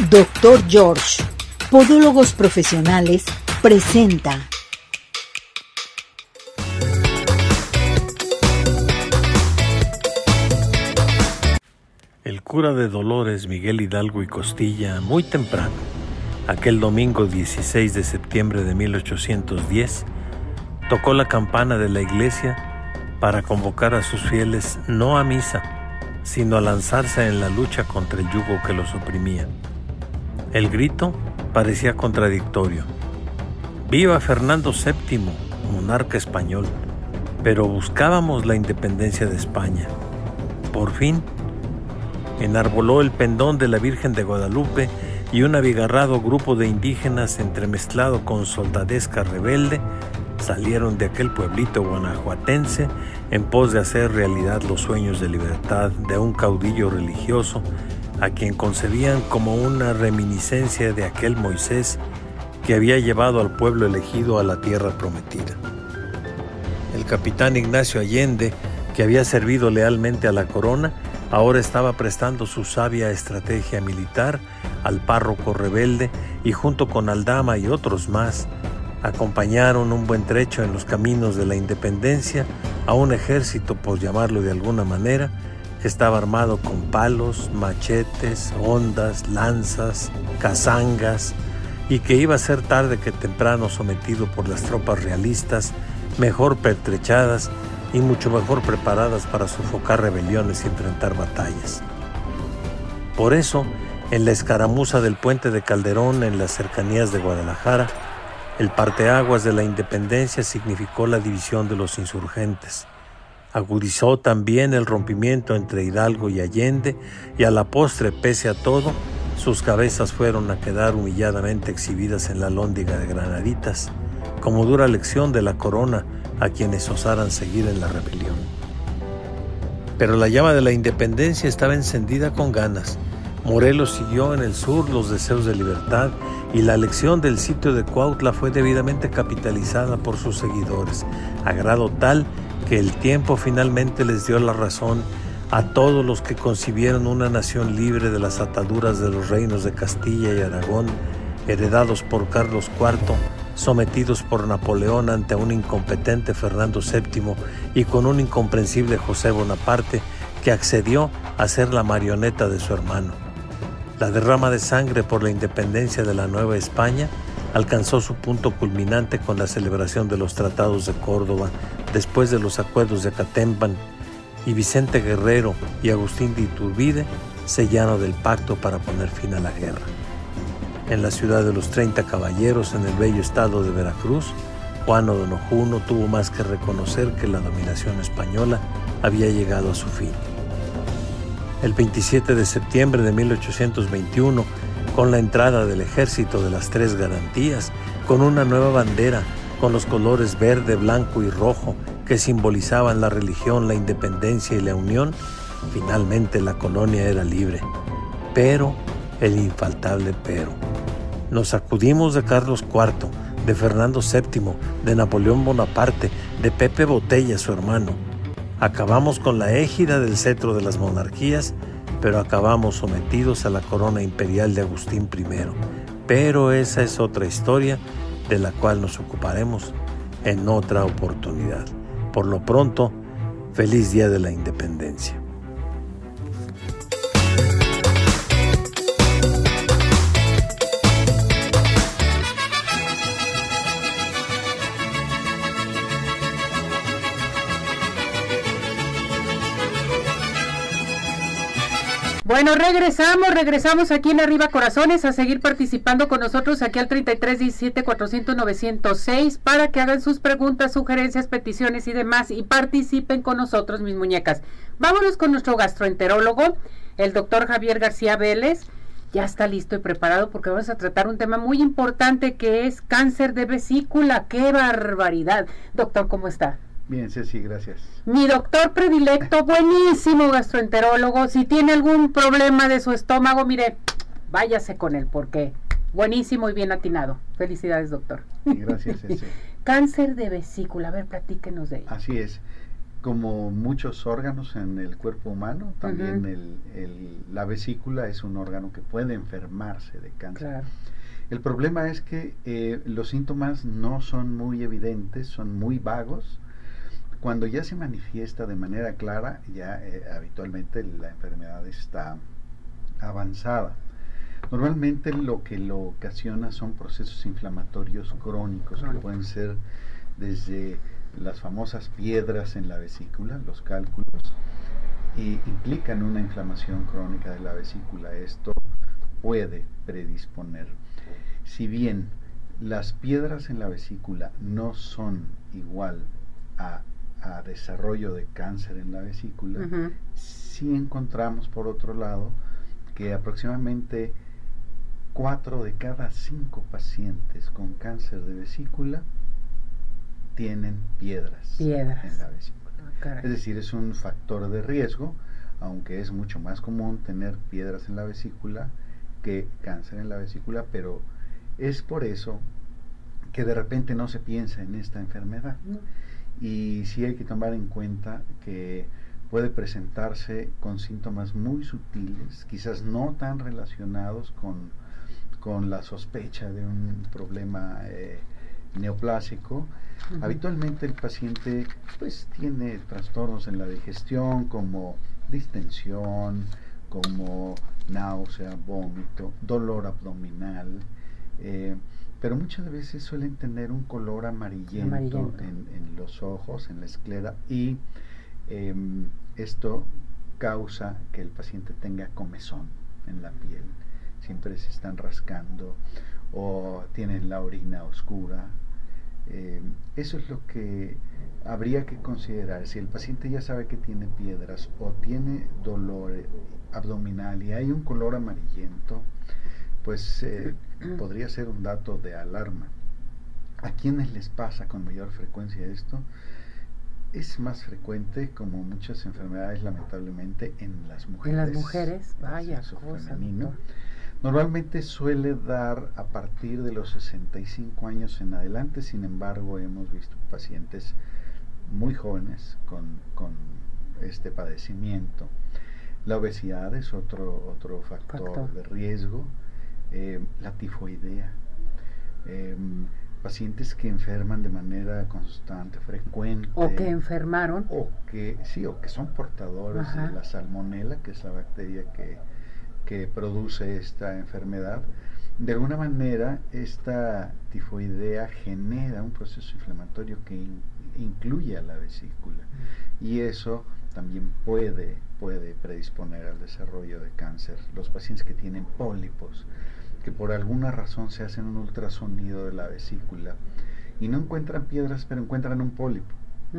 Doctor George, Podólogos Profesionales, presenta. El cura de Dolores, Miguel Hidalgo y Costilla, muy temprano, aquel domingo 16 de septiembre de 1810, tocó la campana de la iglesia para convocar a sus fieles no a misa, sino a lanzarse en la lucha contra el yugo que los oprimía. El grito parecía contradictorio. ¡Viva Fernando VII, monarca español! Pero buscábamos la independencia de España. Por fin, enarboló el pendón de la Virgen de Guadalupe y un abigarrado grupo de indígenas entremezclado con soldadesca rebelde salieron de aquel pueblito guanajuatense en pos de hacer realidad los sueños de libertad de un caudillo religioso a quien concebían como una reminiscencia de aquel Moisés que había llevado al pueblo elegido a la tierra prometida. El capitán Ignacio Allende, que había servido lealmente a la corona, ahora estaba prestando su sabia estrategia militar al párroco rebelde y junto con Aldama y otros más, acompañaron un buen trecho en los caminos de la independencia a un ejército, por llamarlo de alguna manera, que estaba armado con palos, machetes, hondas, lanzas, cazangas, y que iba a ser tarde que temprano sometido por las tropas realistas, mejor pertrechadas y mucho mejor preparadas para sofocar rebeliones y enfrentar batallas. Por eso, en la escaramuza del puente de Calderón en las cercanías de Guadalajara, el parteaguas de la independencia significó la división de los insurgentes. Agudizó también el rompimiento entre Hidalgo y Allende, y a la postre, pese a todo, sus cabezas fueron a quedar humilladamente exhibidas en la lóndiga de Granaditas, como dura lección de la corona a quienes osaran seguir en la rebelión. Pero la llama de la independencia estaba encendida con ganas. Morelos siguió en el sur los deseos de libertad y la elección del sitio de Cuautla fue debidamente capitalizada por sus seguidores, a grado tal que el tiempo finalmente les dio la razón a todos los que concibieron una nación libre de las ataduras de los reinos de Castilla y Aragón, heredados por Carlos IV, sometidos por Napoleón ante un incompetente Fernando VII y con un incomprensible José Bonaparte que accedió a ser la marioneta de su hermano. La derrama de sangre por la independencia de la Nueva España alcanzó su punto culminante con la celebración de los Tratados de Córdoba, después de los acuerdos de Acatempan, y Vicente Guerrero y Agustín de Iturbide sellaron el pacto para poner fin a la guerra. En la ciudad de los 30 caballeros, en el bello estado de Veracruz, Juan O'Donoghue no tuvo más que reconocer que la dominación española había llegado a su fin. El 27 de septiembre de 1821, con la entrada del ejército de las Tres Garantías, con una nueva bandera, con los colores verde, blanco y rojo, que simbolizaban la religión, la independencia y la unión, finalmente la colonia era libre. Pero, el infaltable pero. Nos sacudimos de Carlos IV, de Fernando VII, de Napoleón Bonaparte, de Pepe Botella, su hermano. Acabamos con la égida del cetro de las monarquías, pero acabamos sometidos a la corona imperial de Agustín I. Pero esa es otra historia de la cual nos ocuparemos en otra oportunidad. Por lo pronto, feliz Día de la Independencia. Bueno, regresamos aquí en Arriba Corazones a seguir participando con nosotros aquí al 3317-400-906 para que hagan sus preguntas, sugerencias, peticiones y demás y participen con nosotros, mis muñecas. Vámonos con nuestro gastroenterólogo, el doctor Javier García Vélez. Ya está listo y preparado porque vamos a tratar un tema muy importante que es cáncer de vesícula. ¡Qué barbaridad! Doctor, ¿cómo está? Bien, Ceci, gracias. Mi doctor predilecto, buenísimo gastroenterólogo. Si tiene algún problema de su estómago, mire, váyase con él, porque buenísimo y bien atinado. Felicidades, doctor. Gracias, Ceci. Cáncer de vesícula, a ver, platíquenos de ello. Así es. como muchos órganos en el cuerpo humano, también la vesícula es un órgano que puede enfermarse de cáncer. Claro. El problema es que los síntomas no son muy evidentes, son muy vagos. Cuando ya se manifiesta de manera clara, ya habitualmente la enfermedad está avanzada. Normalmente lo que lo ocasiona son procesos inflamatorios crónicos, que pueden ser desde las famosas piedras en la vesícula, los cálculos, y implican una inflamación crónica de la vesícula. Esto puede predisponer. Si bien las piedras en la vesícula no son igual a desarrollo de cáncer en la vesícula, sí encontramos por otro lado que aproximadamente 4 de cada 5 pacientes con cáncer de vesícula tienen piedras en la vesícula. Es decir, es un factor de riesgo, aunque es mucho más común tener piedras en la vesícula que cáncer en la vesícula, pero es por eso que de repente no se piensa en esta enfermedad. Y sí hay que tomar en cuenta que puede presentarse con síntomas muy sutiles, quizás no tan relacionados con la sospecha de un problema neoplásico. Habitualmente el paciente pues tiene trastornos en la digestión, como distensión, como náusea, vómito, dolor abdominal, pero muchas veces suelen tener un color amarillento. En los ojos, en la esclera, y esto causa que el paciente tenga comezón en la piel, siempre se están rascando o tienen la orina oscura. Eso es lo que habría que considerar. Si el paciente ya sabe que tiene piedras o tiene dolor abdominal y hay un color amarillento, pues podría ser un dato de alarma. ¿A quiénes les pasa con mayor frecuencia esto? Es más frecuente, como muchas enfermedades, lamentablemente, en las mujeres. En las mujeres, vaya cosa. Normalmente suele dar a partir de los 65 años en adelante. Sin embargo, hemos visto pacientes muy jóvenes con este padecimiento. La obesidad es otro factor de riesgo. La tifoidea, pacientes que enferman de manera constante, frecuente, o que enfermaron, o que son portadores de la salmonela, que es la bacteria que produce esta enfermedad. De alguna manera esta tifoidea genera un proceso inflamatorio que incluye a la vesícula, y eso también puede predisponer al desarrollo de cáncer. Los pacientes que tienen pólipos, que por alguna razón se hacen un ultrasonido de la vesícula y no encuentran piedras, pero encuentran un pólipo,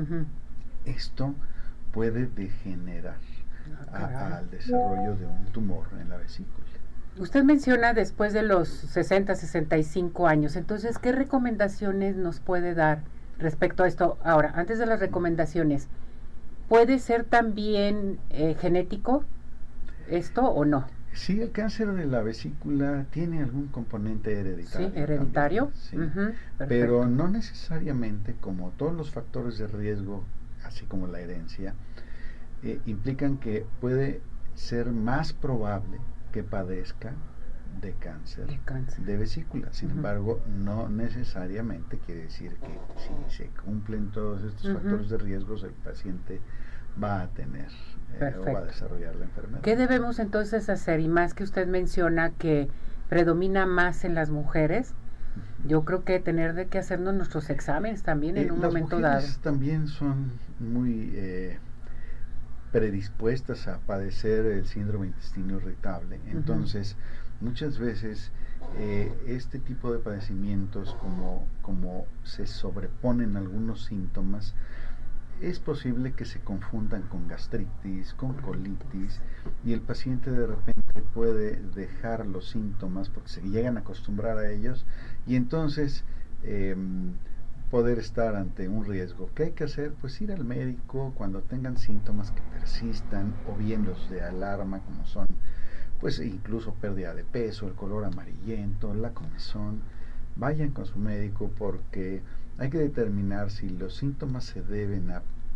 esto puede degenerar al desarrollo de un tumor en la vesícula. Usted menciona después de los 60, 65 años, entonces, ¿qué recomendaciones nos puede dar respecto a esto? Ahora, antes de las recomendaciones, ¿puede ser también genético esto o no? Sí, el cáncer de la vesícula tiene algún componente hereditario. Sí, hereditario. También, sí. Pero no necesariamente, como todos los factores de riesgo, así como la herencia, implican que puede ser más probable que padezca de cáncer de vesícula. Sin embargo, no necesariamente quiere decir que si se cumplen todos estos factores de riesgos, el paciente va a tener o va a desarrollar la enfermedad. ¿Qué debemos entonces hacer? Y más que usted menciona que predomina más en las mujeres, yo creo que tener que hacernos nuestros exámenes también en un momento dado. Las mujeres también son muy predispuestas a padecer el síndrome de intestino irritable. Entonces, muchas veces este tipo de padecimientos, como se sobreponen algunos síntomas, es posible que se confundan con gastritis, con colitis, y el paciente de repente puede dejar los síntomas porque se llegan a acostumbrar a ellos, y entonces poder estar ante un riesgo. ¿Qué hay que hacer? Pues ir al médico cuando tengan síntomas que persistan, o bien los de alarma, como son pues incluso pérdida de peso, el color amarillento, la comezón. Vayan con su médico, porque hay que determinar si los síntomas se deben a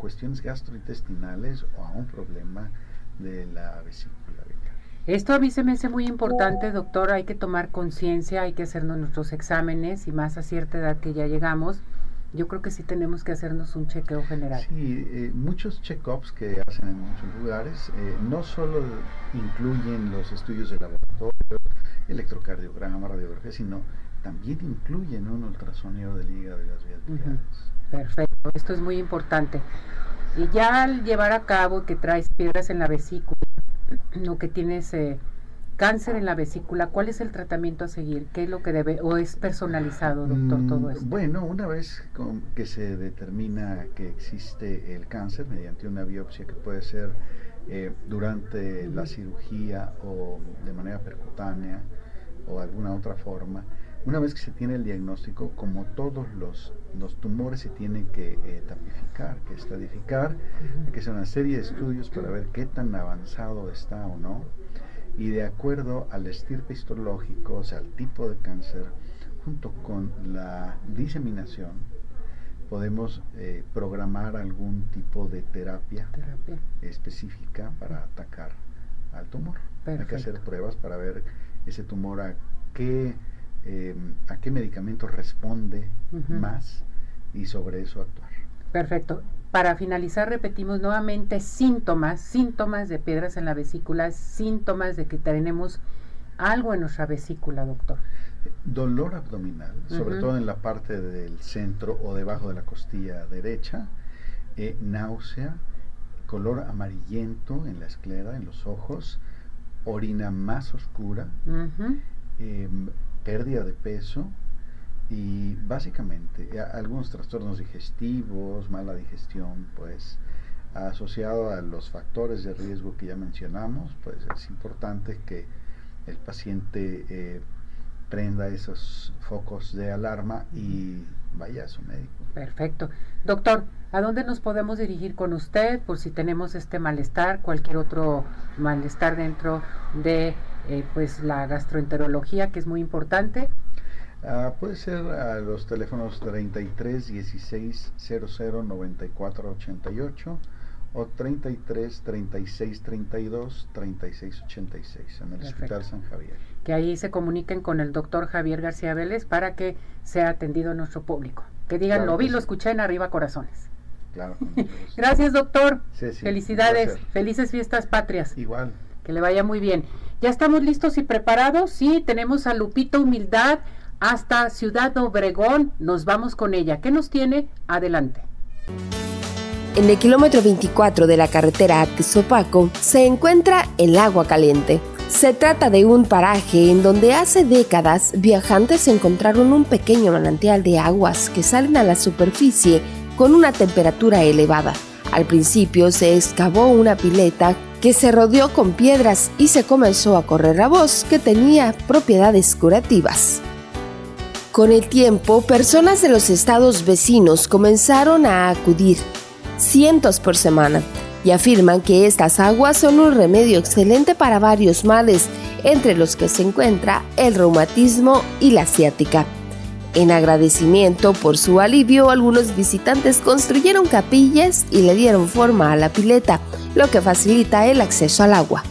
cuestiones gastrointestinales o a un problema de la vesícula biliar. Esto a mí se me hace muy importante, doctor. Hay que tomar conciencia, hay que hacernos nuestros exámenes, y más a cierta edad que ya llegamos. Yo creo que sí tenemos que hacernos un chequeo general. Sí, muchos check-ups que hacen en muchos lugares no solo incluyen los estudios de laboratorio, electrocardiograma, radiografía, sino también incluyen un ultrasonido del hígado y las vías biliares. Perfecto, esto es muy importante. Y ya al llevar a cabo que traes piedras en la vesícula, o que tienes cáncer en la vesícula, ¿cuál es el tratamiento a seguir? ¿Qué es lo que debe, o es personalizado, doctor, todo esto? Bueno, una vez que se determina que existe el cáncer mediante una biopsia que puede ser durante la cirugía o de manera percutánea o alguna otra forma, una vez que se tiene el diagnóstico, como todos los tumores, se tienen que tapificar, que estadificar, hay que hacer una serie de estudios para ver qué tan avanzado está o no, y de acuerdo al estirpe histológico, o sea, al tipo de cáncer, junto con la diseminación, podemos programar algún tipo de terapia específica para atacar al tumor. Perfecto. Hay que hacer pruebas para ver ese tumor a qué medicamento responde más, y sobre eso actuar. Perfecto. Para finalizar, repetimos nuevamente síntomas de piedras en la vesícula, síntomas de que tenemos algo en nuestra vesícula, doctor. Dolor abdominal, sobre todo en la parte del centro o debajo de la costilla derecha, náusea, color amarillento en la esclera, en los ojos, orina más oscura, pérdida de peso, y básicamente algunos trastornos digestivos, mala digestión, pues asociado a los factores de riesgo que ya mencionamos, pues es importante que el paciente prenda esos focos de alarma y vaya a su médico. Perfecto. Doctor, ¿a dónde nos podemos dirigir con usted por si tenemos este malestar, cualquier otro malestar dentro de pues la gastroenterología, que es muy importante? Puede ser a los teléfonos 33 16 00 94 88 o 33 36 32 36 86 en el Perfecto. Hospital San Javier. Que ahí se comuniquen con el doctor Javier García Vélez para que sea atendido nuestro público. Que digan, claro, lo vi, lo escuché en Arriba Corazones. Claro. Gracias, doctor. Sí, felicidades, felices fiestas patrias. Igual. Que le vaya muy bien. Ya estamos listos y preparados. Sí, tenemos a Lupita Humildad hasta Ciudad Obregón. Nos vamos con ella. ¿Qué nos tiene? Adelante. En el kilómetro 24 de la carretera a Tezopaco se encuentra el Agua Caliente. Se trata de un paraje en donde hace décadas viajantes encontraron un pequeño manantial de aguas que salen a la superficie con una temperatura elevada. Al principio se excavó una pileta que se rodeó con piedras y se comenzó a correr la voz que tenía propiedades curativas. Con el tiempo, personas de los estados vecinos comenzaron a acudir, cientos por semana, y afirman que estas aguas son un remedio excelente para varios males, entre los que se encuentra el reumatismo y la ciática. En agradecimiento por su alivio, algunos visitantes construyeron capillas y le dieron forma a la pileta, lo que facilita el acceso al agua.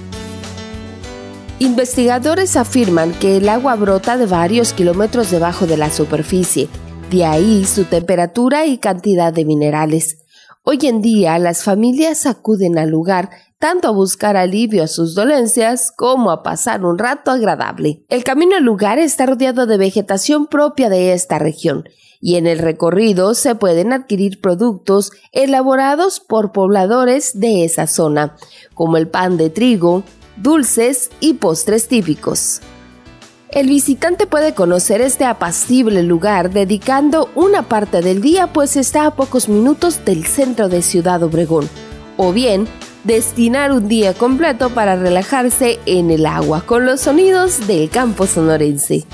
Investigadores afirman que el agua brota de varios kilómetros debajo de la superficie, de ahí su temperatura y cantidad de minerales. Hoy en día, las familias acuden al lugar tanto a buscar alivio a sus dolencias como a pasar un rato agradable. El camino al lugar está rodeado de vegetación propia de esta región y en el recorrido se pueden adquirir productos elaborados por pobladores de esa zona, como el pan de trigo, dulces y postres típicos. El visitante puede conocer este apacible lugar dedicando una parte del día, pues está a pocos minutos del centro de Ciudad Obregón, o bien destinar un día completo para relajarse en el agua con los sonidos del campo sonorense.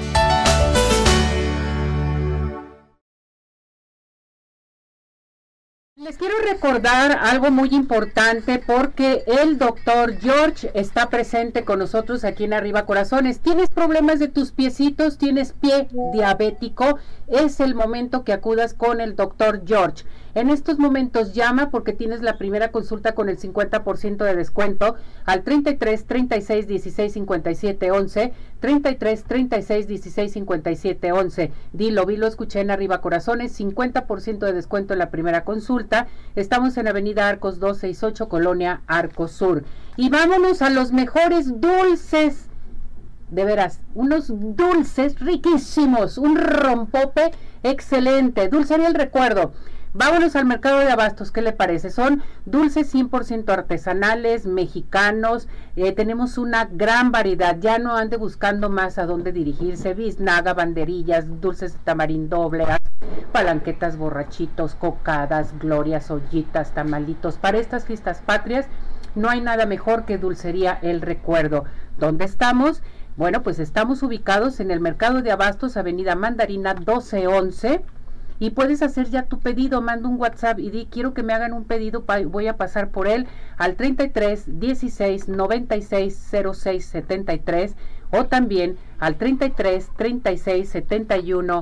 Les quiero recordar algo muy importante porque el doctor George está presente con nosotros aquí en Arriba Corazones. ¿Tienes problemas de tus piecitos? ¿Tienes pie diabético? Es el momento que acudas con el doctor George. En estos momentos llama porque tienes la primera consulta con el 50% de descuento al 33 36 16 57 11, 33 36 16 57 11. Dilo, vi, lo escuché en Arriba Corazones, 50% de descuento en la primera consulta. Estamos en Avenida Arcos 268, Colonia Arcos Sur. Y vámonos a los mejores dulces. De veras, unos dulces riquísimos, un rompope excelente, Dulcería El Recuerdo. Vámonos al mercado de abastos, ¿qué le parece? Son dulces 100% artesanales, mexicanos, tenemos una gran variedad, ya no ande buscando más a dónde dirigirse, biznaga, banderillas, dulces de tamarindo, obleas, palanquetas, borrachitos, cocadas, glorias, ollitas, tamalitos. Para estas fiestas patrias no hay nada mejor que Dulcería El Recuerdo. ¿Dónde estamos? Bueno, pues estamos ubicados en el mercado de abastos, Avenida Mandarina 1211, y puedes hacer ya tu pedido. Manda un WhatsApp y di, quiero que me hagan un pedido, voy a pasar por él al 33 16 96 06 73 o también al 33 36 71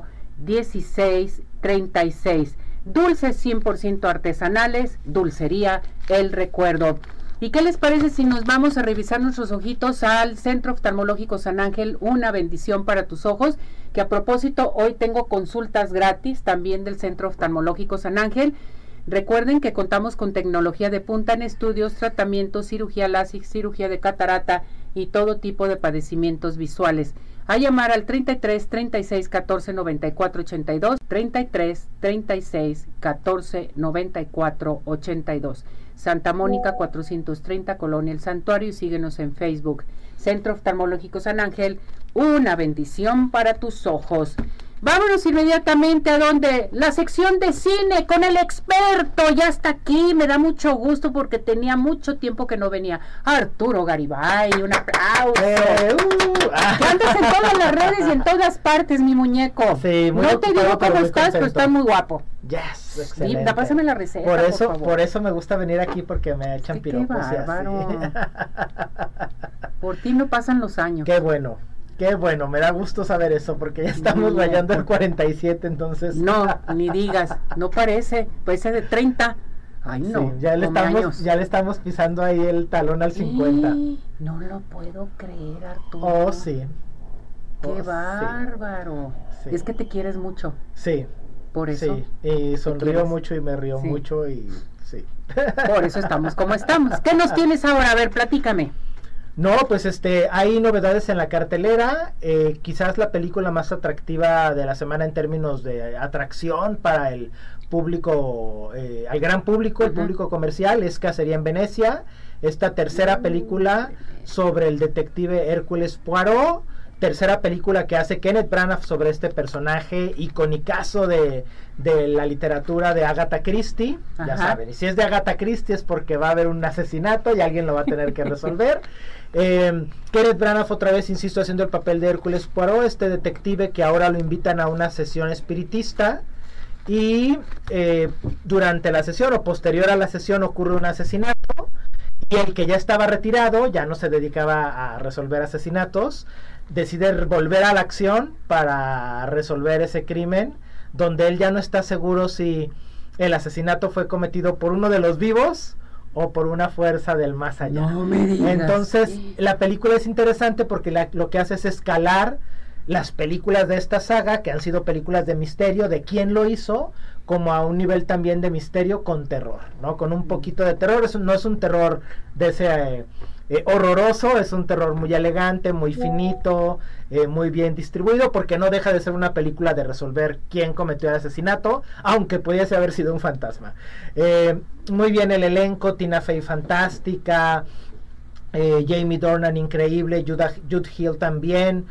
16 36. Dulces 100% artesanales, Dulcería El Recuerdo. ¿Y qué les parece si nos vamos a revisar nuestros ojitos al Centro Oftalmológico San Ángel? Una bendición para tus ojos, que a propósito hoy tengo consultas gratis también del Centro Oftalmológico San Ángel. Recuerden que contamos con tecnología de punta en estudios, tratamientos, cirugía láser, cirugía de catarata y todo tipo de padecimientos visuales. A llamar al 33 36 14 94 82, 33 36 14 94 82. Santa Mónica 430, Colonia El Santuario, y síguenos en Facebook. Centro Oftalmológico San Ángel, una bendición para tus ojos. Vámonos inmediatamente a donde la sección de cine con el experto. Ya está aquí, me da mucho gusto porque tenía mucho tiempo que no venía. Arturo Garibay, un aplauso. Andas en todas las redes y en todas partes, mi muñeco. Sí, muy no te digo cómo estás, contento. pero estás muy guapo. Yes, excelente. Sí, pásame la receta, por eso me gusta venir aquí, porque me echan piropos y así. Por ti no pasan los años. Qué bueno, me da gusto saber eso, porque ya estamos rayando el 47, entonces. No, ni digas, no parece, puede de 30. Ay, no. Sí, ya le estamos pisando ahí el talón al 50. No lo puedo creer, Arturo. Oh, sí. Qué bárbaro. Sí. Es que te quieres mucho. Sí. Por eso. Sí, y sonrío mucho y me río mucho y sí. Por eso estamos como estamos. ¿Qué nos tienes ahora? A ver, platícame. No, pues hay novedades en la cartelera, quizás la película más atractiva de la semana en términos de atracción para el público, al gran público, el público comercial, es Cacería en Venecia, esta tercera película sobre el detective Hércules Poirot, tercera película que hace Kenneth Branagh sobre este personaje iconicazo de la literatura de Agatha Christie. Ya saben, y si es de Agatha Christie es porque va a haber un asesinato y alguien lo va a tener que resolver. Kenneth Branagh otra vez, insisto, haciendo el papel de Hércules Poirot, este detective que ahora lo invitan a una sesión espiritista y durante la sesión o posterior a la sesión ocurre un asesinato y el que ya estaba retirado, ya no se dedicaba a resolver asesinatos, decide volver a la acción para resolver ese crimen, donde él ya no está seguro si el asesinato fue cometido por uno de los vivos o por una fuerza del más allá. No me digas. Entonces, la película es interesante porque lo que hace es escalar las películas de esta saga, que han sido películas de misterio, de quién lo hizo, como a un nivel también de misterio con terror, ¿no? Con un poquito de terror, no es un terror de ese horroroso, es un terror muy elegante, muy finito, muy bien distribuido, porque no deja de ser una película de resolver quién cometió el asesinato, aunque pudiese haber sido un fantasma. Muy bien el elenco, Tina Fey fantástica, Jamie Dornan increíble, Jude Hill también.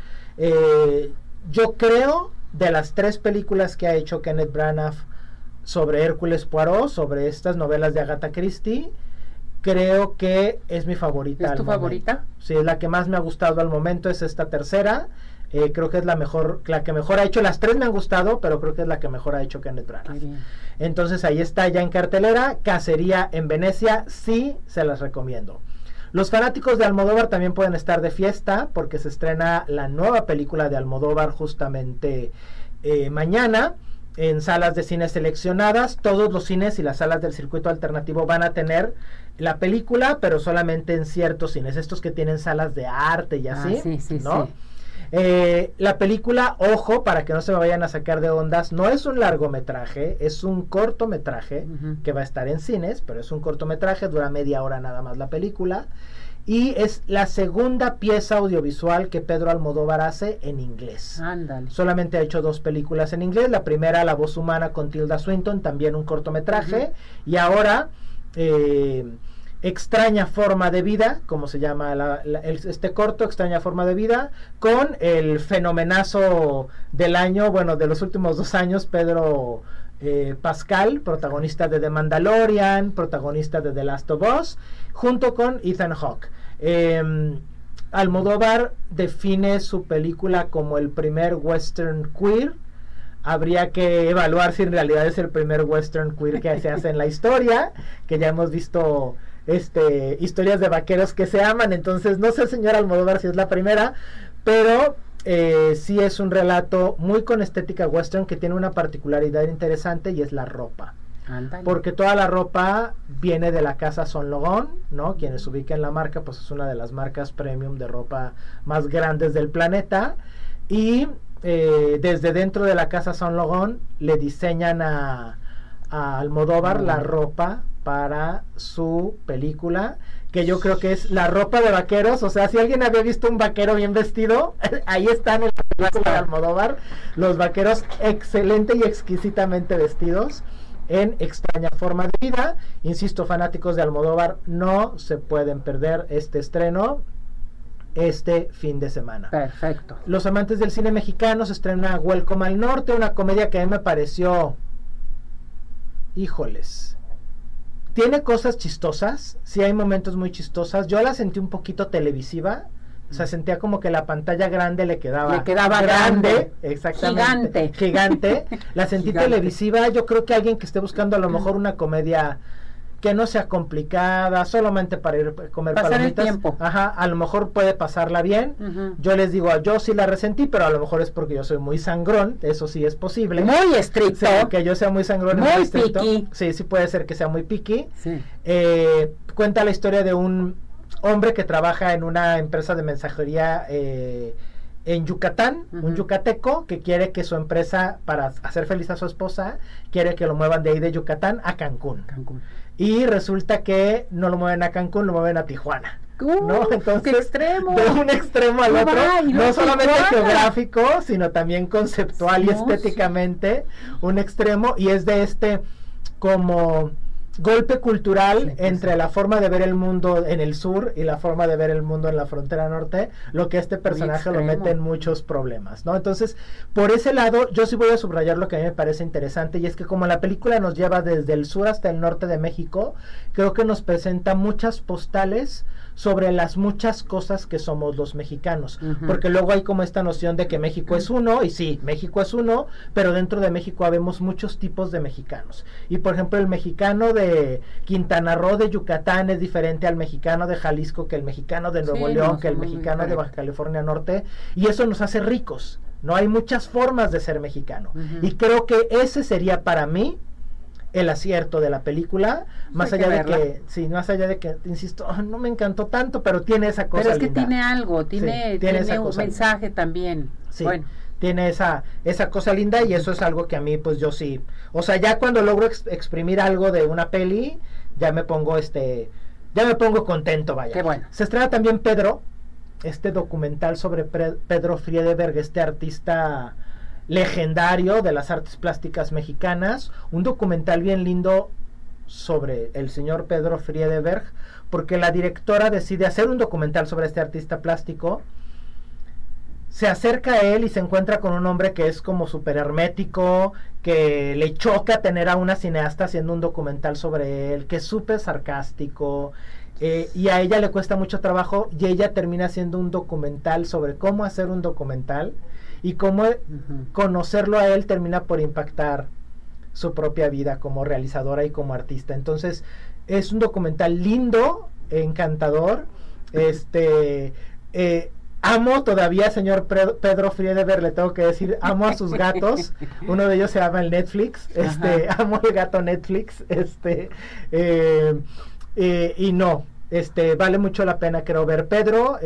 Yo creo, de las tres películas que ha hecho Kenneth Branagh sobre Hércules Poirot, sobre estas novelas de Agatha Christie, creo que es mi favorita. ¿Es tu favorita? Sí, es la que más me ha gustado al momento, es esta tercera. Creo que es la que mejor ha hecho. Las tres me han gustado, pero creo que es la que mejor ha hecho Kenneth Branagh. Entonces ahí está ya en cartelera, Cacería en Venecia, sí se las recomiendo. Los fanáticos de Almodóvar también pueden estar de fiesta, porque se estrena la nueva película de Almodóvar justamente mañana. en salas de cine seleccionadas. Todos los cines y las salas del circuito alternativo van a tener la película, pero solamente en ciertos cines, estos que tienen salas de arte y así, ¿no? La película, ojo, para que no se me vayan a sacar de ondas, no es un largometraje, es un cortometraje que va a estar en cines, pero es un cortometraje, dura media hora nada más la película, y es la segunda pieza audiovisual que Pedro Almodóvar hace en inglés. Ándale. Solamente ha hecho 2 películas en inglés, la primera La voz humana con Tilda Swinton, también un cortometraje, y ahora Extraña forma de vida, como se llama este corto, Extraña forma de vida, con el fenomenazo del año, bueno, de los últimos 2 años, Pedro Pascal, protagonista de The Mandalorian, protagonista de The Last of Us, junto con Ethan Hawke. Almodóvar define su película como el primer western queer. Habría que evaluar si en realidad es el primer western queer que se hace en la historia, que ya hemos visto historias de vaqueros que se aman, entonces no sé, señor Almodóvar, si es la primera, pero sí es un relato muy con estética western que tiene una particularidad interesante, y es la ropa. Ándale. Porque toda la ropa viene de la casa Saint Laurent, ¿no? Quienes ubiquen la marca, pues es una de las marcas premium de ropa más grandes del planeta, y desde dentro de la casa Saint Laurent le diseñan a Almodóvar la ropa para su película, que yo creo que es la ropa de vaqueros. O sea, si alguien había visto un vaquero bien vestido, ahí están en la película de Almodóvar, los vaqueros excelente y exquisitamente vestidos en Extraña forma de vida. Insisto, fanáticos de Almodóvar, no se pueden perder este estreno este fin de semana. Perfecto. Los amantes del cine mexicano, se estrena Welcome al Norte, una comedia que a mí me pareció, híjoles, tiene cosas chistosas, sí hay momentos muy chistosas. Yo la sentí un poquito televisiva, o sea, sentía como que la pantalla grande le quedaba grande, exactamente, gigante. La sentí televisiva. Yo creo que alguien que esté buscando a lo mejor una comedia que no sea complicada, solamente para ir a comer pasar palomitas, el tiempo. Ajá, a lo mejor puede pasarla bien. Yo les digo, yo sí la resentí, pero a lo mejor es porque yo soy muy sangrón, eso sí es posible. Muy estricto. Sí, que yo sea muy sangrón, muy estricto. picky. Sí, sí puede ser que sea muy picky. Sí. Cuenta la historia de un hombre que trabaja en una empresa de mensajería en Yucatán, un yucateco que quiere que su empresa, para hacer feliz a su esposa, quiere que lo muevan de ahí de Yucatán a Cancún. Y resulta que no lo mueven a Cancún, lo mueven a Tijuana. ¿No? Entonces, ¡qué extremo! De un extremo al otro, no solamente Tijuana, geográfico, sino también conceptual y estéticamente, un extremo, y es de como golpe cultural entre la forma de ver el mundo en el sur y la forma de ver el mundo en la frontera norte, lo que este personaje lo mete en muchos problemas, ¿no? Entonces, por ese lado, yo sí voy a subrayar lo que a mí me parece interesante, y es que como la película nos lleva desde el sur hasta el norte de México, creo que nos presenta muchas postales sobre las muchas cosas que somos los mexicanos, porque luego hay como esta noción de que México es uno, y sí, México es uno, pero dentro de México habemos muchos tipos de mexicanos, y por ejemplo el mexicano de Quintana Roo, de Yucatán, es diferente al mexicano de Jalisco, que el mexicano de Nuevo León, que el mexicano de Baja California Norte, y eso nos hace ricos, no hay muchas formas de ser mexicano, y creo que ese sería para mí el acierto de la película, más allá de que, insisto, no me encantó tanto, pero tiene esa cosa linda. Pero es que tiene algo, tiene un mensaje también. Sí, bueno, tiene esa cosa linda, y eso es algo que a mí, pues yo sí, o sea, ya cuando logro exprimir algo de una peli, ya me pongo contento, vaya. Qué bueno. Se estrena también Pedro, este documental sobre Pedro Friedeberg, este artista legendario de las artes plásticas mexicanas, un documental bien lindo sobre el señor Pedro Friedeberg, porque la directora decide hacer un documental sobre este artista plástico, se acerca a él y se encuentra con un hombre que es como súper hermético, que le choca tener a una cineasta haciendo un documental sobre él, que es súper sarcástico, y a ella le cuesta mucho trabajo, y ella termina haciendo un documental sobre cómo hacer un documental, y cómo conocerlo a él termina por impactar su propia vida como realizadora y como artista. Entonces es un documental lindo, encantador, amo todavía, señor Pedro Friedeberg, le tengo que decir, amo a sus gatos. Uno de ellos se llama el Netflix. Amo el gato Netflix. Y no, vale mucho la pena, creo, ver Pedro,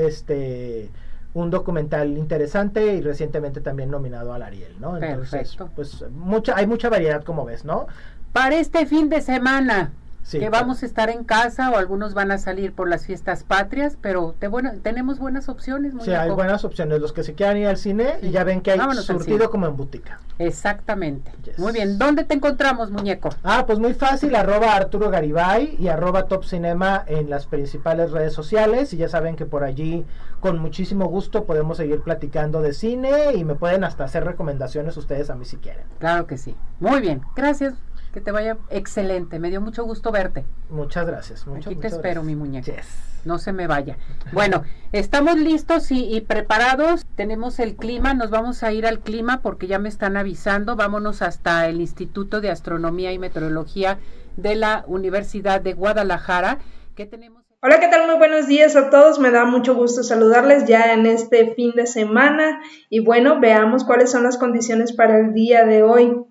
un documental interesante y recientemente también nominado al Ariel, ¿no? Entonces, perfecto. pues hay mucha variedad, como ves, ¿no? Para este fin de semana, sí, que vamos a estar en casa o algunos van a salir por las fiestas patrias, pero tenemos buenas opciones, muñeco. Sí, hay buenas opciones, los que se quieran ir al cine, sí, y ya ven que hay surtido como en boutica. Exactamente. Yes. Muy bien, ¿dónde te encontramos, muñeco? Pues muy fácil, @Arturo Garibay y @Top Cinema en las principales redes sociales, y ya saben que por allí con muchísimo gusto podemos seguir platicando de cine y me pueden hasta hacer recomendaciones ustedes a mí si quieren. Claro que sí. Muy bien, gracias. Que te vaya excelente, me dio mucho gusto verte. Muchas gracias. Aquí te espero, mi muñeca. Yes. No se me vaya. Bueno, estamos listos y preparados. Tenemos el clima, nos vamos a ir al clima porque ya me están avisando. Vámonos hasta el Instituto de Astronomía y Meteorología de la Universidad de Guadalajara. ¿Qué tenemos? Hola, ¿qué tal? Muy buenos días a todos. Me da mucho gusto saludarles ya en este fin de semana. Y bueno, veamos cuáles son las condiciones para el día de hoy.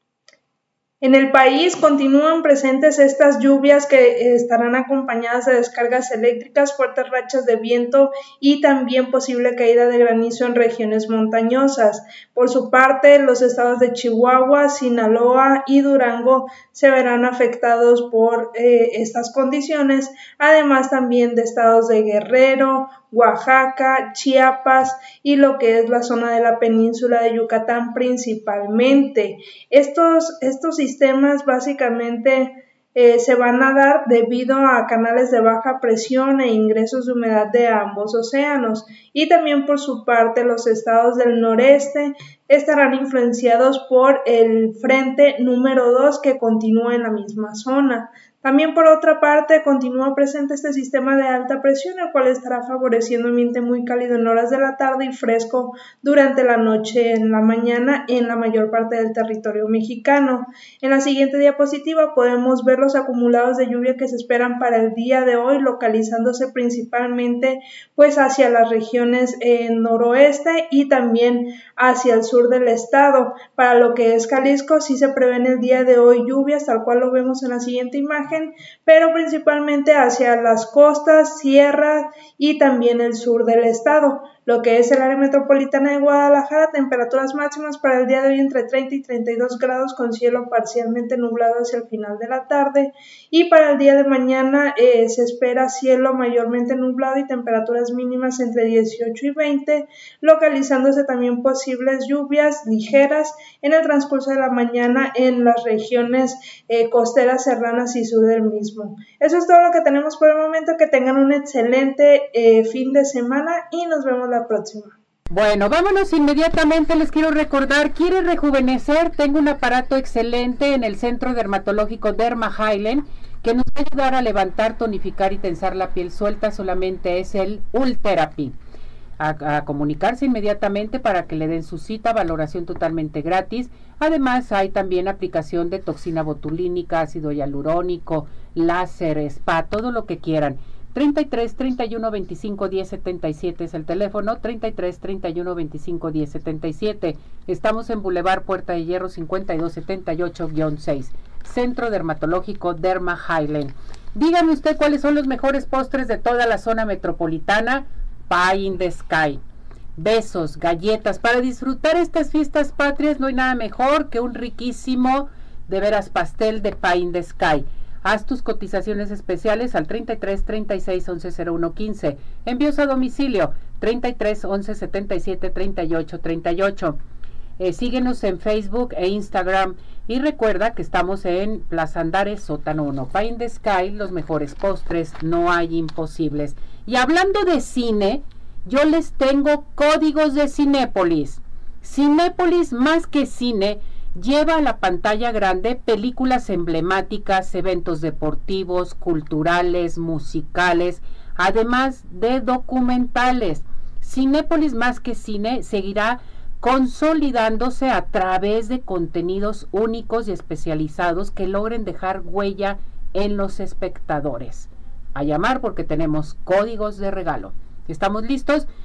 En el país continúan presentes estas lluvias que estarán acompañadas de descargas eléctricas, fuertes rachas de viento y también posible caída de granizo en regiones montañosas. Por su parte, los estados de Chihuahua, Sinaloa y Durango se verán afectados por estas condiciones, además también de estados de Guerrero, Oaxaca, Chiapas y lo que es la zona de la península de Yucatán principalmente. Estos sistemas básicamente se van a dar debido a canales de baja presión e ingresos de humedad de ambos océanos, y también por su parte los estados del noreste estarán influenciados por el frente número 2 que continúa en la misma zona. También por otra parte continúa presente este sistema de alta presión, el cual estará favoreciendo ambiente muy cálido en horas de la tarde y fresco durante la noche en la mañana en la mayor parte del territorio mexicano. En la siguiente diapositiva podemos ver los acumulados de lluvia que se esperan para el día de hoy, localizándose principalmente pues hacia las regiones noroeste y también hacia el sur del estado. Para lo que es Jalisco sí se prevén el día de hoy lluvias, tal cual lo vemos en la siguiente imagen, pero principalmente hacia las costas, sierras y también el sur del estado. Lo que es el área metropolitana de Guadalajara, temperaturas máximas para el día de hoy entre 30 y 32 grados con cielo parcialmente nublado hacia el final de la tarde, y para el día de mañana se espera cielo mayormente nublado y temperaturas mínimas entre 18 y 20, localizándose también posibles lluvias ligeras en el transcurso de la mañana en las regiones costeras, serranas y sur del mismo. Eso es todo lo que tenemos por el momento. Que tengan un excelente fin de semana y nos vemos la próxima. Bueno, vámonos inmediatamente. Les quiero recordar, ¿quiere rejuvenecer? Tengo un aparato excelente en el Centro Dermatológico Derma Highland que nos va a ayudar a levantar, tonificar y tensar la piel suelta. Solamente es el Ultherapy. A comunicarse inmediatamente para que le den su cita, valoración totalmente gratis. Además hay también aplicación de toxina botulínica, ácido hialurónico, láser, spa, todo lo que quieran. 33 31 25 10 77 es el teléfono, 33 31 25 10 77. Estamos en Boulevard Puerta de Hierro 5278-6, Centro Dermatológico Derma Highland. Dígame usted cuáles son los mejores postres de toda la zona metropolitana. Pie in the Sky, besos, galletas. Para disfrutar estas fiestas patrias no hay nada mejor que un riquísimo, de veras, pastel de Pie in the Sky. Haz tus cotizaciones especiales al 33 36 11 01 15. Envíos a domicilio 33 11 77 38 38. Síguenos en Facebook e Instagram y recuerda que estamos en Plaza Andares, sótano 1. Pie in the Sky, los mejores postres, no hay imposibles. Y hablando de cine, yo les tengo códigos de Cinépolis. Cinépolis, más que cine, lleva a la pantalla grande películas emblemáticas, eventos deportivos, culturales, musicales, además de documentales. Cinépolis, más que cine, seguirá consolidándose a través de contenidos únicos y especializados que logren dejar huella en los espectadores. A llamar porque tenemos códigos de regalo. ¿Estamos listos?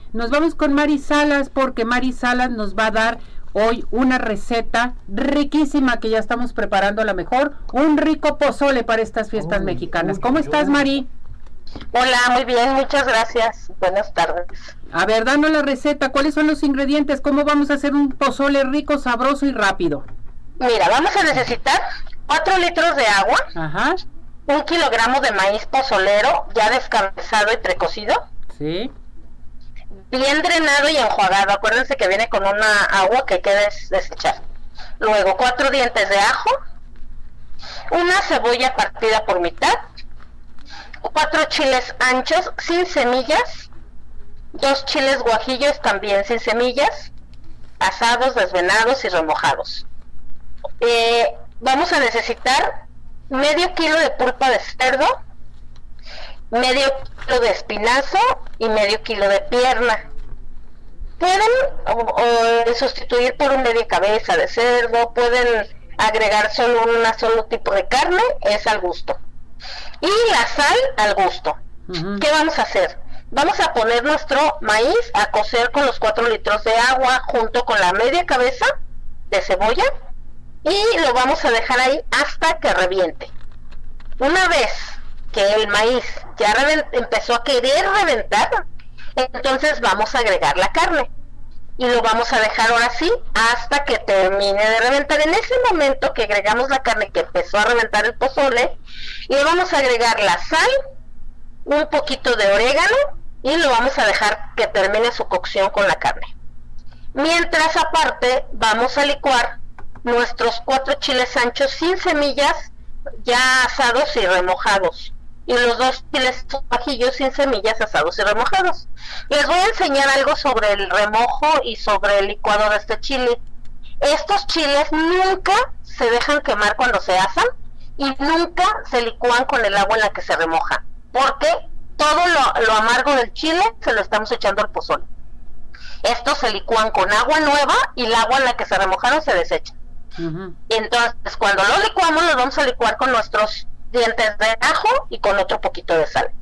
Nos vamos con Mari Salas, porque Mari Salas nos va a dar hoy una receta riquísima que ya estamos preparando, a lo mejor un rico pozole para estas fiestas mexicanas. ¿Cómo estás, Mari? Hola, muy bien, muchas gracias. Buenas tardes. A ver, danos la receta. ¿Cuáles son los ingredientes? ¿Cómo vamos a hacer un pozole rico, sabroso y rápido? Mira, vamos a necesitar 4 litros de agua, Ajá. 1 kilogramo de maíz pozolero ya descabezado y precocido, Sí. bien drenado y enjuagado. Acuérdense que viene con una agua que hay que desechar. Luego 4 dientes de ajo, una cebolla partida por mitad, 4 chiles anchos sin semillas, 2 chiles guajillos también sin semillas, asados, desvenados y remojados. Vamos a necesitar medio kilo de pulpa de cerdo, medio kilo de espinazo y medio kilo de pierna. Pueden sustituir por un media cabeza de cerdo, pueden agregar solo solo tipo de carne, es al gusto. Y la sal al gusto. ¿Qué vamos a hacer? Vamos a poner nuestro maíz a cocer con los 4 litros de agua junto con la media cabeza de cebolla y lo vamos a dejar ahí hasta que reviente. Una vez que el maíz ya empezó a querer reventar, entonces vamos a agregar la carne y lo vamos a dejar ahora sí hasta que termine de reventar. En ese momento que agregamos la carne que empezó a reventar el pozole, le vamos a agregar la sal, un poquito de orégano y lo vamos a dejar que termine su cocción con la carne. Mientras aparte vamos a licuar nuestros 4 chiles anchos sin semillas ya asados y remojados y los 2 chiles guajillos sin semillas asados y remojados. Les voy a enseñar algo sobre el remojo y sobre el licuado de este chile. Estos chiles nunca se dejan quemar cuando se asan y nunca se licúan con el agua en la que se remoja, porque todo lo amargo del chile se lo estamos echando al pozole. Estos se licúan con agua nueva y el agua en la que se remojaron se desecha. Y entonces cuando lo licuamos los vamos a licuar con nuestros dientes de ajo y con otro poquito de sal.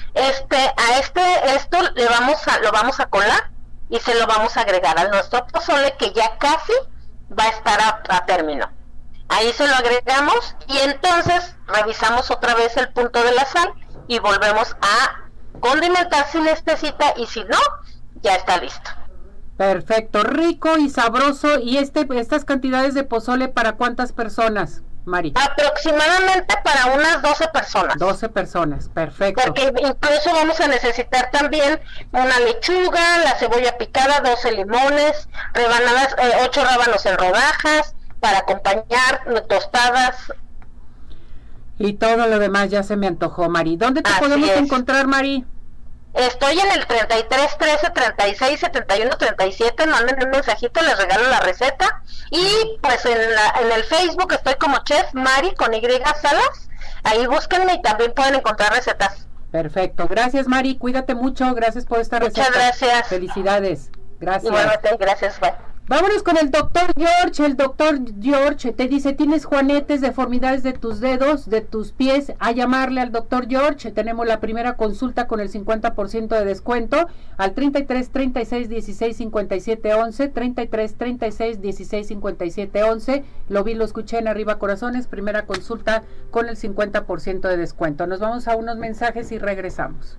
Esto lo vamos a colar y se lo vamos a agregar a nuestro pozole que ya casi va a estar a término. Ahí se lo agregamos y entonces revisamos otra vez el punto de la sal y volvemos a condimentar si necesita y si no, ya está listo. Perfecto, rico y sabroso. ¿Y estas cantidades de pozole para cuántas personas, Mari? Aproximadamente para unas 12 personas. 12 personas, perfecto. Porque incluso vamos a necesitar también una lechuga, la cebolla picada, 12 limones, 8 rábanos en rodajas, para acompañar, tostadas. Y todo lo demás ya se me antojó, Mari. ¿Dónde te podemos encontrar, Mari? Estoy en el 33 13 36 71 37, manden un mensajito, les regalo la receta. Y pues en el Facebook estoy como Chef Mari con Y Salas, ahí búsquenme y también pueden encontrar recetas. Perfecto, gracias Mari, cuídate mucho, gracias por esta receta. Muchas gracias. Felicidades, gracias. Igualmente, gracias, bye. Vámonos con el doctor George. El doctor George te dice: tienes juanetes, deformidades de tus dedos, de tus pies. A llamarle al doctor George. Tenemos la primera consulta con el 50% de descuento al 33 36 16 57 11, 33 36 16 57 11. Lo vi, lo escuché en Arriba Corazones. Primera consulta con el 50% de descuento. Nos vamos a unos mensajes y regresamos.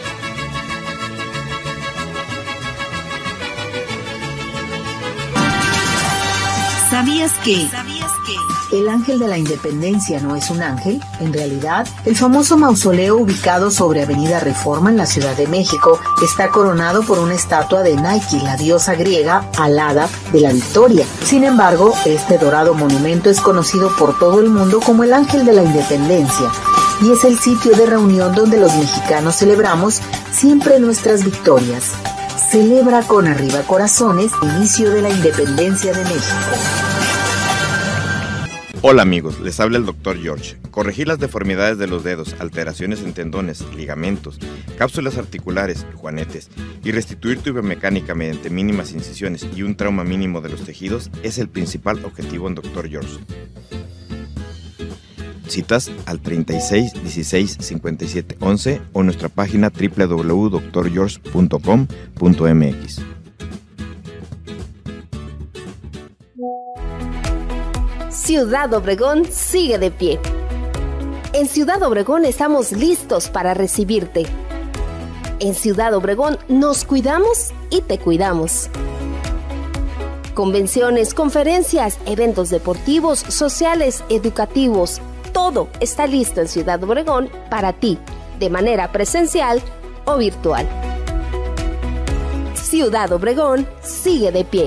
¿Sabías que el ángel de la independencia no es un ángel? En realidad, el famoso mausoleo ubicado sobre Avenida Reforma en la Ciudad de México está coronado por una estatua de Nike, la diosa griega alada de la victoria. Sin embargo, este dorado monumento es conocido por todo el mundo como el ángel de la independencia y es el sitio de reunión donde los mexicanos celebramos siempre nuestras victorias. Celebra con Arriba Corazones el inicio de la independencia de México. Hola amigos, les habla el Dr. George. Corregir las deformidades de los dedos, alteraciones en tendones, ligamentos, cápsulas articulares, juanetes y restituir tu biomecánica mediante mínimas incisiones y un trauma mínimo de los tejidos es el principal objetivo en Dr. George. Citas al 36 16 57 11 o nuestra página www.drgeorge.com.mx. Ciudad Obregón sigue de pie. En Ciudad Obregón estamos listos para recibirte. En Ciudad Obregón nos cuidamos y te cuidamos. Convenciones, conferencias, eventos deportivos, sociales, educativos, todo está listo en Ciudad Obregón para ti, de manera presencial o virtual. Ciudad Obregón sigue de pie.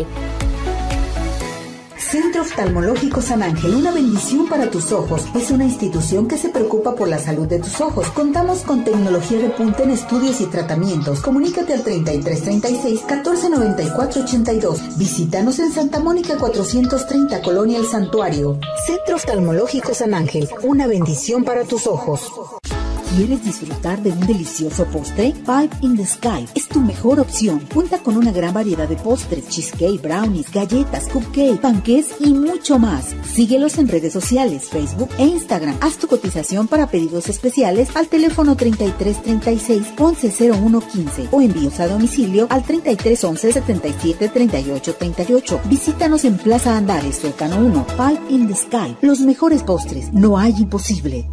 Centro Oftalmológico San Ángel, una bendición para tus ojos. Es una institución que se preocupa por la salud de tus ojos. Contamos con tecnología de punta en estudios y tratamientos. Comunícate al 3336 1494 82. Visítanos en Santa Mónica 430, Colonia El Santuario. Centro Oftalmológico San Ángel, una bendición para tus ojos. ¿Quieres disfrutar de un delicioso postre? Five in the Sky es tu mejor opción. Cuenta con una gran variedad de postres, cheesecake, brownies, galletas, cupcake, panqués y mucho más. Síguelos en redes sociales, Facebook e Instagram. Haz tu cotización para pedidos especiales al teléfono 3336 110115 o envíos a domicilio al 3311 77 38 38. Visítanos en Plaza Andares, Cercano 1. Five in the Sky. Los mejores postres. No hay imposible.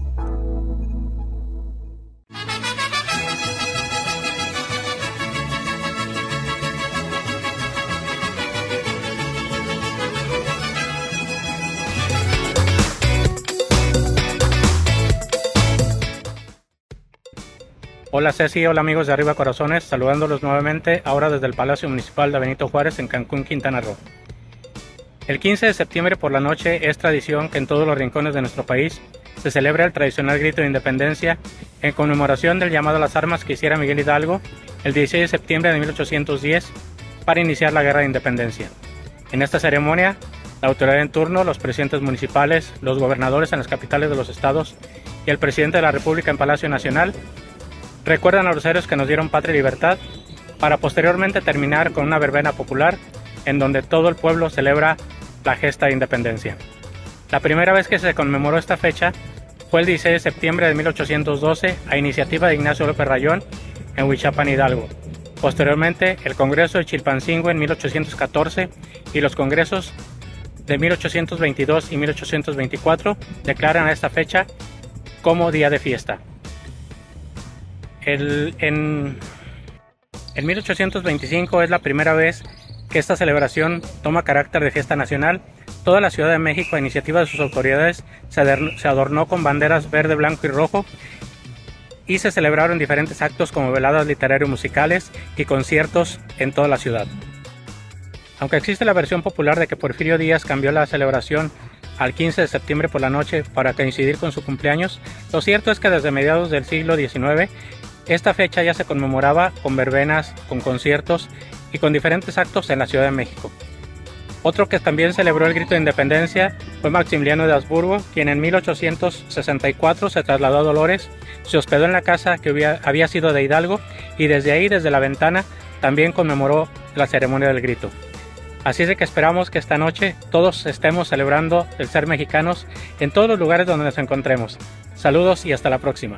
Hola Ceci, hola amigos de Arriba Corazones, saludándolos nuevamente ahora desde el Palacio Municipal de Benito Juárez en Cancún, Quintana Roo. El 15 de septiembre por la noche es tradición que en todos los rincones de nuestro país se celebra el tradicional grito de independencia en conmemoración del llamado a las armas que hiciera Miguel Hidalgo el 16 de septiembre de 1810 para iniciar la Guerra de Independencia. En esta ceremonia, la autoridad en turno, los presidentes municipales, los gobernadores en las capitales de los estados y el presidente de la República en Palacio Nacional recuerdan a los héroes que nos dieron patria y libertad, para posteriormente terminar con una verbena popular en donde todo el pueblo celebra la gesta de independencia. La primera vez que se conmemoró esta fecha fue el 16 de septiembre de 1812 a iniciativa de Ignacio López Rayón en Huichapan, Hidalgo. Posteriormente, el Congreso de Chilpancingo en 1814 y los congresos de 1822 y 1824 declaran a esta fecha como día de fiesta. En 1825 es la primera vez que esta celebración toma carácter de fiesta nacional. Toda la Ciudad de México, a iniciativa de sus autoridades, se adornó con banderas verde, blanco y rojo y se celebraron diferentes actos como veladas literarios-musicales y conciertos en toda la ciudad. Aunque existe la versión popular de que Porfirio Díaz cambió la celebración al 15 de septiembre por la noche para coincidir con su cumpleaños, lo cierto es que desde mediados del siglo XIX esta fecha ya se conmemoraba con verbenas, con conciertos y con diferentes actos en la Ciudad de México. Otro que también celebró el grito de independencia fue Maximiliano de Habsburgo, quien en 1864 se trasladó a Dolores, se hospedó en la casa que había sido de Hidalgo y desde ahí, desde la ventana, también conmemoró la ceremonia del grito. Así es de que esperamos que esta noche todos estemos celebrando el ser mexicanos en todos los lugares donde nos encontremos. Saludos y hasta la próxima.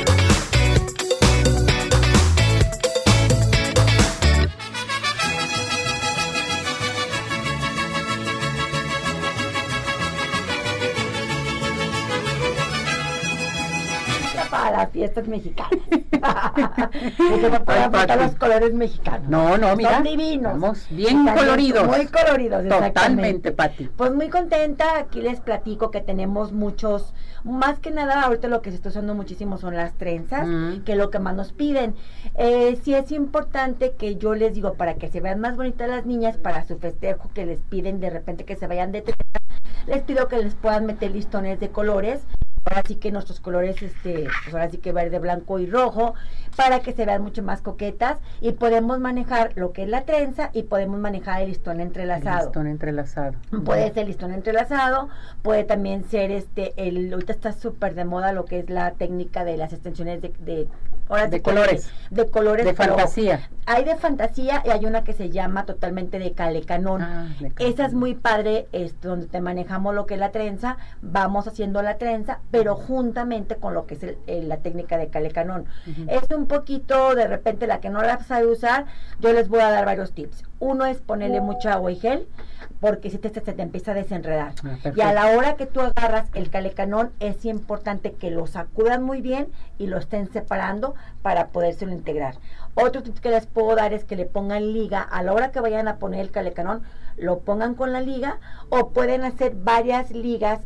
Para las fiestas mexicanas. Porque no pueden faltar los colores mexicanos. No, mira. Son divinos. Estamos bien coloridos. Muy coloridos, totalmente, Pati. Pues muy contenta, aquí les platico que tenemos muchos, más que nada ahorita lo que se está usando muchísimo son las trenzas, que es lo que más nos piden. Sí es importante que yo les digo, para que se vean más bonitas las niñas, para su festejo que les piden de repente que se vayan de trenza, les pido que les puedan meter listones de colores. Ahora sí que nuestros colores, pues ahora sí que verde, blanco y rojo, para que se vean mucho más coquetas, y podemos manejar lo que es la trenza y podemos manejar el listón entrelazado. El listón entrelazado. Puede ser listón entrelazado, puede también ser ahorita está súper de moda lo que es la técnica de las extensiones de colores. De colores. De fantasía. Hay de fantasía y hay una que se llama totalmente de calecanón. Esa es muy padre, donde te manejamos lo que es la trenza, vamos haciendo la trenza, pero juntamente con lo que es la técnica de calecanón. Es un poquito, de repente, la que no la sabe usar, yo les voy a dar varios tips. Uno es ponerle mucha agua y gel, porque si se te empieza a desenredar. Y a la hora que tú agarras el calecanón, es importante que lo sacudan muy bien y lo estén separando para podérselo integrar. Otro tip que les puedo dar es que le pongan liga. A la hora que vayan a poner el calecanón, lo pongan con la liga, o pueden hacer varias ligas,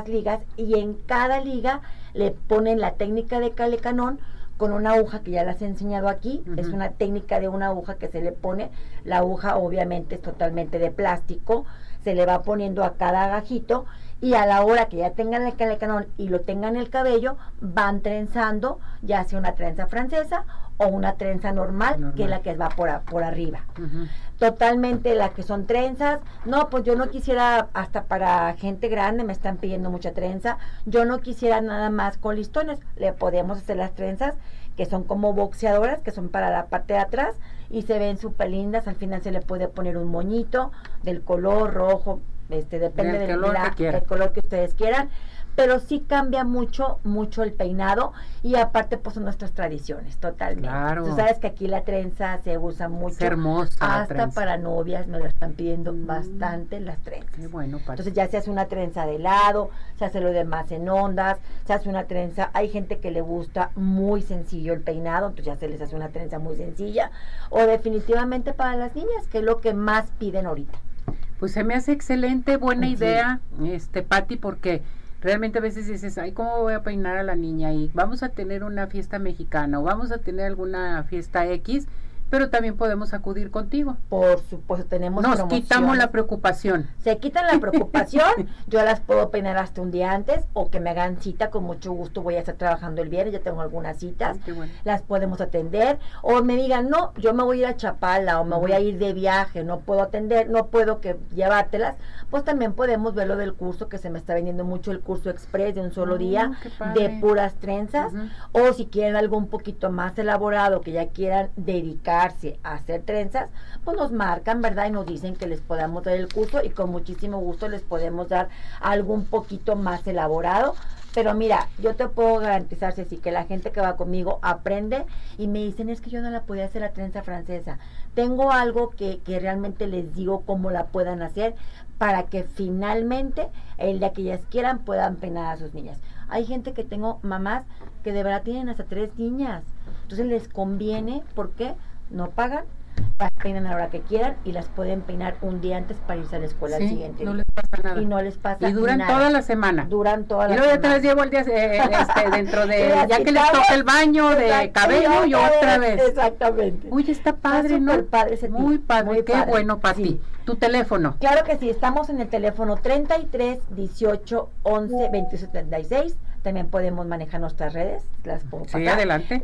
y en cada liga le ponen la técnica de calecanón con una aguja que ya las he enseñado aquí. Es una técnica de una aguja que se le pone, la aguja obviamente es totalmente de plástico, se le va poniendo a cada agajito, y a la hora que ya tengan el calecanón y lo tengan el cabello, van trenzando, ya sea una trenza francesa o una trenza normal. Que es la que va por arriba. Totalmente la que son trenzas, no, pues yo no quisiera, hasta para gente grande me están pidiendo mucha trenza, yo no quisiera nada más con listones, le podemos hacer las trenzas que son como boxeadoras, que son para la parte de atrás y se ven súper lindas. Al final se le puede poner un moñito del color rojo, depende del color que ustedes quieran, pero sí cambia mucho el peinado, y aparte pues son nuestras tradiciones, totalmente. Claro. Tú sabes que aquí la trenza se usa mucho. Es hermosa. Hasta para novias me lo están pidiendo bastante las trenzas. Qué bueno. Entonces ya se hace una trenza de lado, se hace lo demás en ondas, se hace una trenza, hay gente que le gusta muy sencillo el peinado, entonces ya se les hace una trenza muy sencilla, o definitivamente para las niñas, que es lo que más piden ahorita. Pues se me hace excelente, buena idea, Pati, porque realmente a veces dices, ay, ¿cómo voy a peinar a la niña? Y vamos a tener una fiesta mexicana o vamos a tener alguna fiesta X, pero también podemos acudir contigo. Por supuesto, tenemos Nos quitamos la preocupación. Se quitan la preocupación, yo las puedo peinar hasta un día antes, o que me hagan cita, con mucho gusto voy a estar trabajando el viernes, ya tengo algunas citas, las podemos atender, o me digan, no, yo me voy a ir a Chapala, o me voy a ir de viaje, no puedo atender, no puedo llevártelas, pues también podemos ver lo del curso, que se me está vendiendo mucho el curso express de un solo día, de puras trenzas, o si quieren algo un poquito más elaborado, que ya quieran dedicar a hacer trenzas, pues nos marcan, ¿verdad? Y nos dicen que les podamos dar el curso, y con muchísimo gusto les podemos dar algo un poquito más elaborado. Pero mira, yo te puedo garantizar, Ceci, que la gente que va conmigo aprende y me dicen, es que yo no la podía hacer la trenza francesa. Tengo algo que realmente les digo cómo la puedan hacer, para que finalmente el día que ellas quieran puedan peinar a sus niñas. Hay gente que tengo, mamás, que de verdad tienen hasta 3 niñas. Entonces les conviene, ¿por qué? No pagan, las peinan a la hora que quieran y las pueden peinar un día antes para irse a la escuela al siguiente no día. Les pasa nada. Y no les pasa nada. Y duran toda la semana. Duran toda la semana. Y luego ya te las llevo el día dentro de, ya que les toca el baño de cabello y otra vez. Exactamente. Uy, está padre, ¿no? Padre ese tipo. Muy padre, muy qué padre. bueno para ti. Tu teléfono. Claro que sí, estamos en el teléfono 33 18 11 22 76. También podemos manejar nuestras redes, las puedo pasar. Sí, adelante.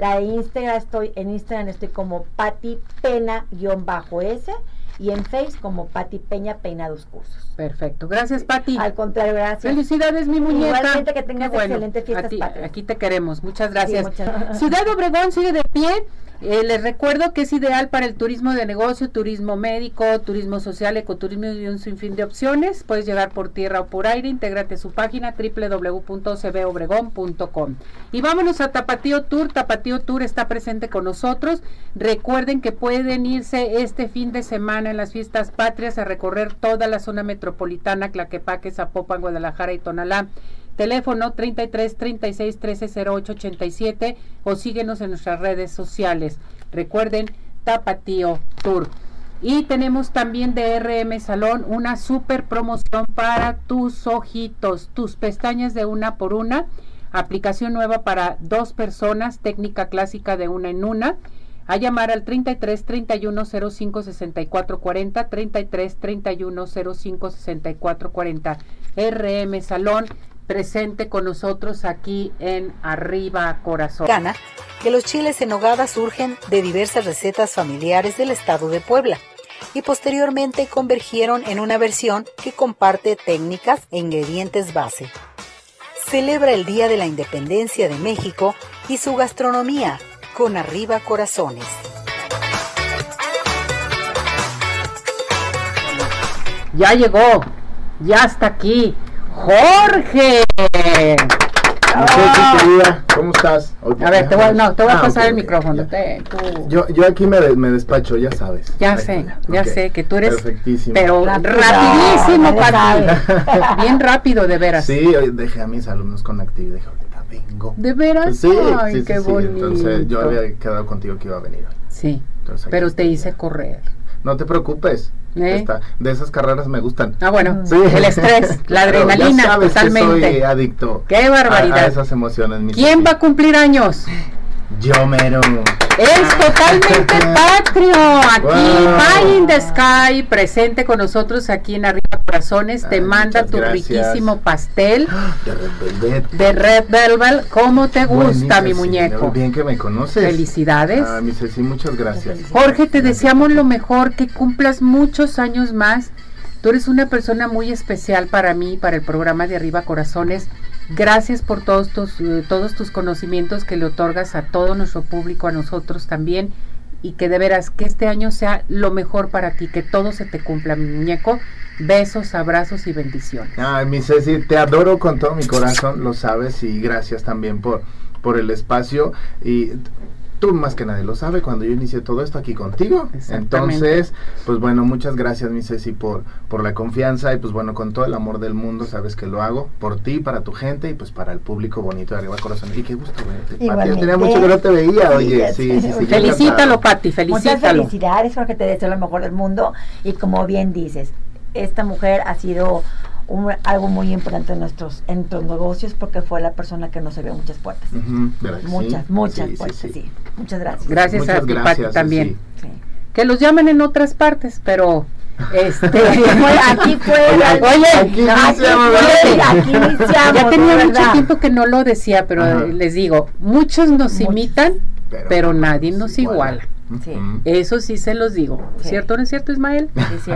En Instagram estoy como Pati Pena-S, y en Facebook como Pati Peña Peinados Cursos. Perfecto, gracias, Pati. Al contrario, gracias. Felicidades, mi muñeca. Igualmente, que tengas excelentes fiestas patrias. Aquí te queremos, muchas gracias. Sí, muchas gracias. Ciudad Obregón sigue de pie. Les recuerdo que es ideal para el turismo de negocio, turismo médico, turismo social, ecoturismo y un sinfín de opciones. Puedes llegar por tierra o por aire. Intégrate a su página www.cbobregón.com. Y vámonos a Tapatío Tour. Tapatío Tour está presente con nosotros. Recuerden que pueden irse este fin de semana en las fiestas patrias a recorrer toda la zona metropolitana, Tlaquepaque, Zapopan, Guadalajara y Tonalá. Teléfono 33 36 13 08 87 o síguenos en nuestras redes sociales. Recuerden, Tapatío Tour. Y tenemos también de RM Salón una super promoción para tus ojitos, tus pestañas de 1 por 1, aplicación nueva para 2 personas, técnica clásica de 1 en 1. A llamar al 33 31 05 64 40, 33 31 05 64 40. RM Salón, presente con nosotros aquí en Arriba Corazón. Gana que los chiles en nogada surgen de diversas recetas familiares del estado de Puebla y posteriormente convergieron en una versión que comparte técnicas e ingredientes base. Celebra el Día de la Independencia de México y su gastronomía con Arriba Corazones. Ya llegó, ya está aquí, Jorge. ¿Cómo estás? A ver, te voy a pasar el micrófono. Yo aquí me despacho, ya sabes. Ya sé que tú eres perfectísimo, pero rapidísimo para ti. Bien rápido, de veras. Sí, dejé a mis alumnos con actividad, dije, ahorita vengo. ¿De veras? Sí, ay, sí, qué bonito. Entonces yo había quedado contigo que iba a venir hoy. Sí, pero te hice correr. No te preocupes. De esas carreras me gustan. Ah, bueno, sí. El estrés, la adrenalina, ya sabes totalmente. Que soy adicto. Qué barbaridad. A esas emociones. ¿Quién va a cumplir años? Yo mero. Es totalmente patrio. Aquí, Pie in the Sky, presente con nosotros aquí en Arriba Corazones. Te manda tu riquísimo pastel de Red Velvet. ¿Cómo te gusta, mi muñeco? Bien que me conoces. Felicidades. Mi Ceci, muchas gracias. Jorge, te deseamos lo mejor, que cumplas muchos años más. Tú eres una persona muy especial para mí, para el programa de Arriba Corazones. Gracias por todos tus conocimientos que le otorgas a todo nuestro público, a nosotros también, y que de veras que este año sea lo mejor para ti, que todo se te cumpla, mi muñeco. Besos, abrazos y bendiciones. Ay, mi Ceci, te adoro con todo mi corazón, lo sabes, y gracias también por el espacio. Y tú más que nadie lo sabe, cuando yo inicié todo esto aquí contigo. Entonces, pues bueno, muchas gracias, mi Ceci, por la confianza, y pues bueno, con todo el amor del mundo, sabes que lo hago por ti, para tu gente y pues para el público bonito de Arriba Corazón. Y qué gusto verte, Pati. Yo tenía mucho que no te veía, oye. Sí. Felicítalo, Pati, felicítalo. Muchas felicidades, porque te deseo lo mejor del mundo, y como bien dices, esta mujer ha sido algo muy importante en nuestros negocios, porque fue la persona que nos abrió muchas puertas. Muchas puertas, sí. Muchas gracias. Gracias a ti, Pati, también. Sí. Que los llaman en otras partes, pero aquí fue aquí iniciamos. Ya tenía mucho tiempo que no lo decía, pero les digo, muchos nos imitan, pero nadie nos iguala. Sí. Eso sí se los digo. Sí. ¿Cierto o no es cierto, Ismael? Sí,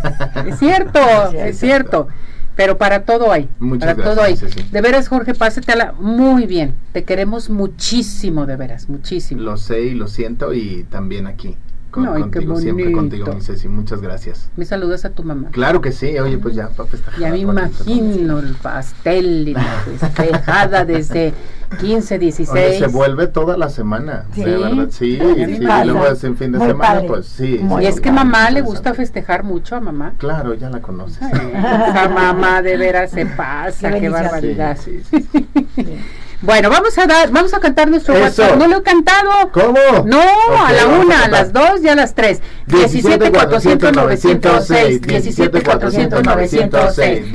es cierto. Pero para todo hay. Todo hay. Sí. De veras, Jorge, pásetela muy bien. Te queremos muchísimo, de veras, muchísimo. Lo sé y lo siento, y también aquí. Contigo, siempre contigo, mi Ceci, muchas gracias. ¿Me saludas a tu mamá? Claro que sí, oye, pues ya para festejar. Ya me imagino el pastel y la festejada desde 15, 16. Oye, se vuelve toda la semana, ¿sí? De verdad, sí, y luego es en fin de semana, padre. Pues sí. Y es que mamá le gusta festejar mucho a mamá. Claro, ya la conoces. Esa mamá de veras se pasa, qué barbaridad. Sí. Bueno, vamos a cantar nuestro WhatsApp. ¿No lo he cantado? ¿Cómo? No, a la 1, a las 2 y a las 3. 17-400-906. 17-400-906.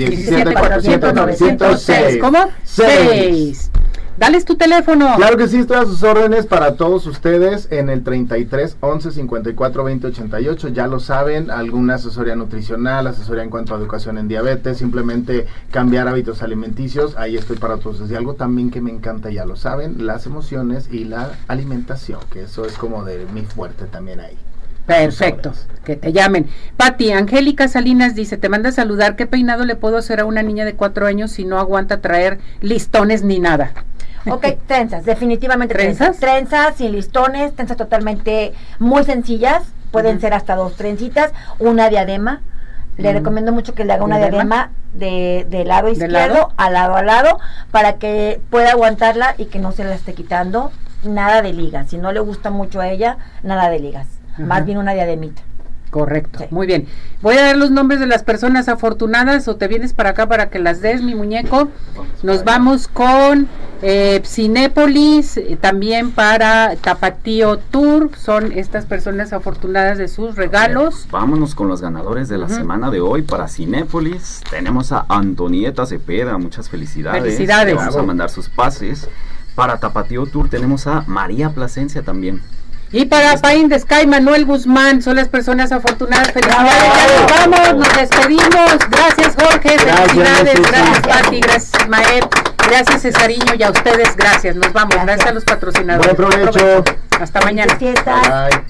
17-400-906. ¿Cómo? 6. Dales tu teléfono. Claro que sí, estoy a sus órdenes para todos ustedes en el 33 11 54 20 88. Ya lo saben, alguna asesoría nutricional, asesoría en cuanto a educación en diabetes, simplemente cambiar hábitos alimenticios. Ahí estoy para todos. Y algo también que me encanta, ya lo saben, las emociones y la alimentación, que eso es como de mi fuerte también ahí. Perfecto, que te llamen. Pati, Angélica Salinas dice, te manda a saludar, ¿qué peinado le puedo hacer a una niña de 4 años si no aguanta traer listones ni nada? Ok, trenzas, definitivamente trenzas. Trenzas sin listones, trenzas totalmente muy sencillas, pueden ser hasta 2 trencitas, una diadema. Le recomiendo mucho que le haga una diadema de lado izquierdo a lado, para que pueda aguantarla y que no se la esté quitando. Nada de ligas, si no le gusta mucho a ella, nada de ligas, más bien una diademita. Correcto, sí. Muy bien. Voy a dar los nombres de las personas afortunadas, o te vienes para acá para que las des, mi muñeco. Nos vamos con Cinépolis, también para Tapatío Tour. Son estas personas afortunadas de sus regalos. Vámonos con los ganadores de la semana de hoy para Cinépolis. Tenemos a Antonieta Cepeda, muchas felicidades. Felicidades. Le vamos a mandar sus pases. Para Tapatío Tour tenemos a María Plasencia también. Y para Pain de Sky, Manuel Guzmán, son las personas afortunadas. Felicidades, ya nos vamos, nos despedimos. Gracias, Jorge, felicidades, gracias, Pati, gracias, Ismael, gracias, Cesariño, y a ustedes, gracias. Nos vamos, gracias a los patrocinadores. Buen provecho. Hasta mañana. Bye.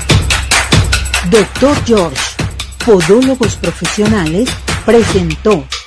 Dr. George, Podólogos Profesionales, presentó